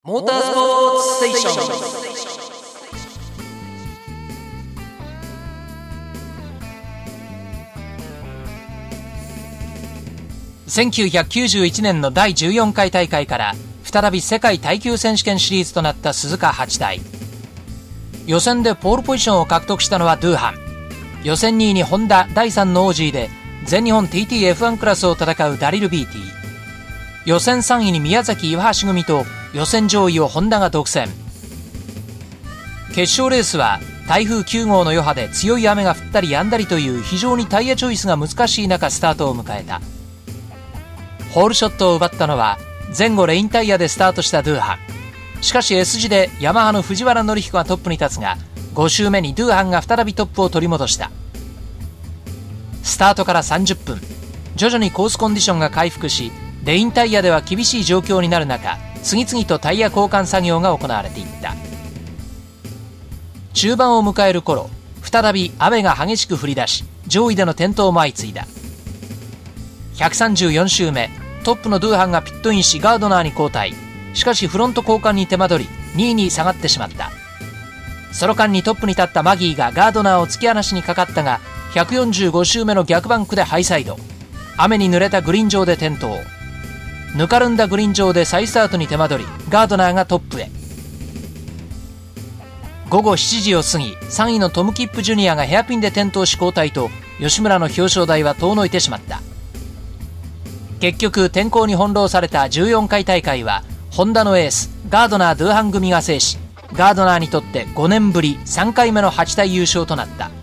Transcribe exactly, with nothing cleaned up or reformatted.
モータースポーツステーション。せんきゅうひゃくきゅうじゅういちねんのだいじゅうよんかい大会から再び世界耐久選手権シリーズとなった鈴鹿はちだい。予選でポールポジションを獲得したのはドゥーハン。予選にいにホンダだいさんのオージーで全日本 ティーティーエフワン クラスを戦うダリル・ビーティー。予選さんいに宮崎岩橋組と予選上位をホンダが独占。決勝レースは台風きゅうごうの余波で強い雨が降ったり止んだりという非常にタイヤチョイスが難しい中スタートを迎えた。ホールショットを奪ったのは前後レインタイヤでスタートしたドゥーハン。しかし S 字でヤマハの藤原紀彦がトップに立つが、ご周目にドゥーハンが再びトップを取り戻した。スタートからさんじゅっぷん、徐々にコースコンディションが回復し、レインタイヤでは厳しい状況になる中、次々とタイヤ交換作業が行われていった。中盤を迎える頃、再び雨が激しく降り出し、上位での転倒も相次いだ。ひゃくさんじゅうよん周目、トップのドゥーハンがピットインしガードナーに交代。しかしフロント交換に手間取りにいに下がってしまった。その間にトップに立ったマギーがガードナーを突き放しにかかったが、ひゃくよんじゅうご周目の逆バンクでハイサイド。雨に濡れたグリーン上で転倒。ぬかるんだグリーン上で再スタートに手間取り、ガードナーがトップへ。ごごしちじを過ぎ、さんいのトム・キップジュニアがヘアピンで転倒し交代と、吉村の表彰台は遠のいてしまった。結局天候に翻弄されたじゅうよんかい大会はホンダのエースガードナー・ドゥーハン組が制し、ガードナーにとってごねんぶりさんかいめのはちだい優勝となった。